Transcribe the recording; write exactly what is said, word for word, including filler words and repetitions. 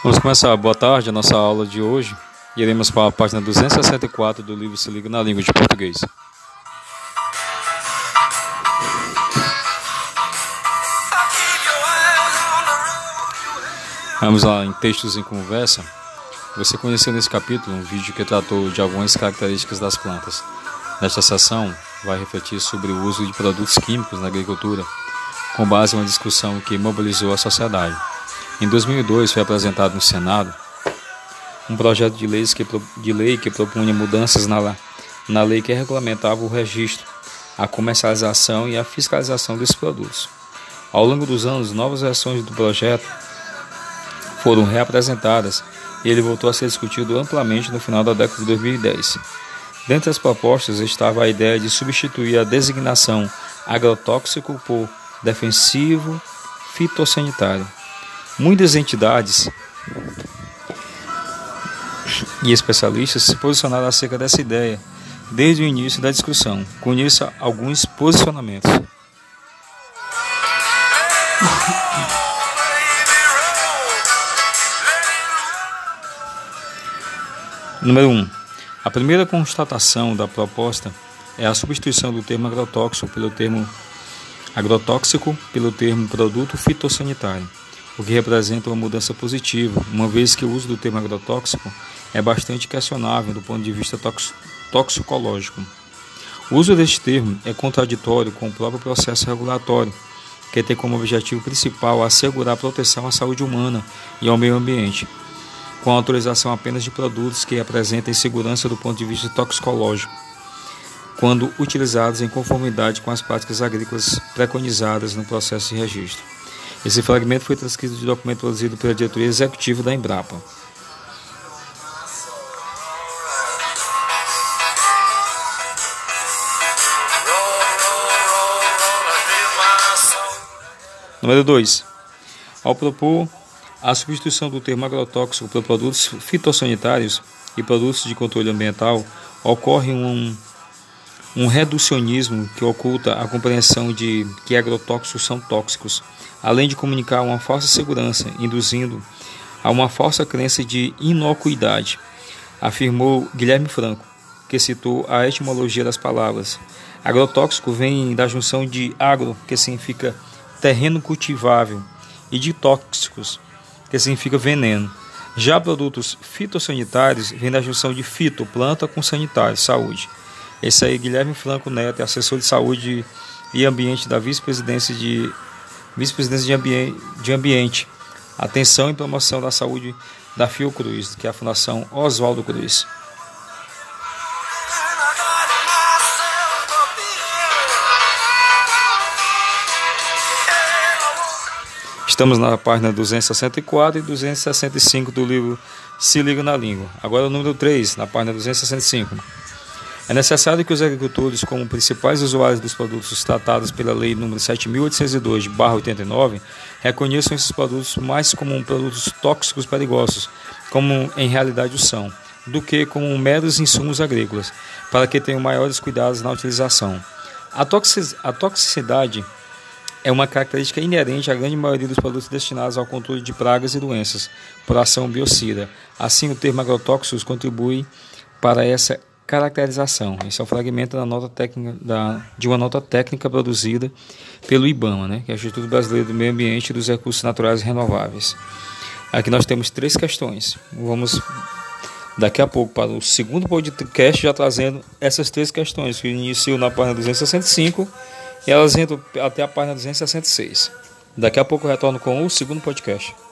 Vamos começar. Boa tarde, a nossa aula de hoje. Iremos para a página duzentos e sessenta e quatro do livro Se Liga na Língua de Português. Vamos lá, em textos em conversa. Você conheceu nesse capítulo um vídeo que tratou de algumas características das plantas. Nesta sessão, vai refletir sobre o uso de produtos químicos na agricultura, com base em uma discussão que mobilizou a sociedade. Em dois mil e dois, foi apresentado no Senado um projeto de, leis que, de lei que propunha mudanças na, na lei que regulamentava o registro, a comercialização e a fiscalização desses produtos. Ao longo dos anos, novas versões do projeto foram reapresentadas e ele voltou a ser discutido amplamente no final da década de dois mil e dez. Dentre as propostas estava a ideia de substituir a designação agrotóxico por defensivo fitossanitário. Muitas entidades e especialistas se posicionaram acerca dessa ideia desde o início da discussão. Conheça alguns posicionamentos. Número um. A primeira constatação da proposta é a substituição do termo agrotóxico pelo termo agrotóxico pelo termo produto fitossanitário, o que representa uma mudança positiva, uma vez que o uso do termo agrotóxico é bastante questionável do ponto de vista tox- toxicológico. O uso deste termo é contraditório com o próprio processo regulatório, que tem como objetivo principal assegurar a proteção à saúde humana e ao meio ambiente, com a autorização apenas de produtos que apresentem segurança do ponto de vista toxicológico, quando utilizados em conformidade com as práticas agrícolas preconizadas no processo de registro. Esse fragmento foi transcrito de documento produzido pela diretoria executiva da Embrapa. Número dois. Ao propor a substituição do termo agrotóxico por produtos fitossanitários e produtos de controle ambiental, ocorre um, um reducionismo que oculta a compreensão de que agrotóxicos são tóxicos, além de comunicar uma falsa segurança, induzindo a uma falsa crença de inocuidade, afirmou Guilherme Franco, que citou a etimologia das palavras. Agrotóxico vem da junção de agro, que significa terreno cultivável, e de tóxicos, que significa veneno. Já produtos fitossanitários vem da junção de fito, planta, com sanitário, saúde. Esse aí, Guilherme Franco Neto, assessor de saúde e ambiente da vice-presidência de vice-presidência de, ambi- de ambiente, atenção e promoção da saúde da Fiocruz, que é a Fundação Oswaldo Cruz. Estamos na página duzentos e sessenta e quatro e duzentos e sessenta e cinco do livro Se Liga na Língua. Agora o número três, na página duzentos e sessenta e cinco. É necessário que os agricultores, como principais usuários dos produtos tratados pela Lei nº sete mil oitocentos e dois barra oitenta e nove, reconheçam esses produtos mais como produtos tóxicos perigosos, como em realidade o são, do que como meros insumos agrícolas, para que tenham maiores cuidados na utilização. A, toxic- a toxicidade é uma característica inerente à grande maioria dos produtos destinados ao controle de pragas e doenças por ação biocida. Assim, o termo agrotóxicos contribui para essa caracterização. Esse é um fragmento da nota técnica, da, de uma nota técnica produzida pelo IBAMA, né, que é o Instituto Brasileiro do Meio Ambiente e dos Recursos Naturais Renováveis. Aqui nós temos três questões. Vamos daqui a pouco para o segundo podcast já trazendo essas três questões, que iniciam na página duzentos e sessenta e cinco e elas entram até a página duzentos e sessenta e seis. Daqui a pouco eu retorno com o segundo podcast.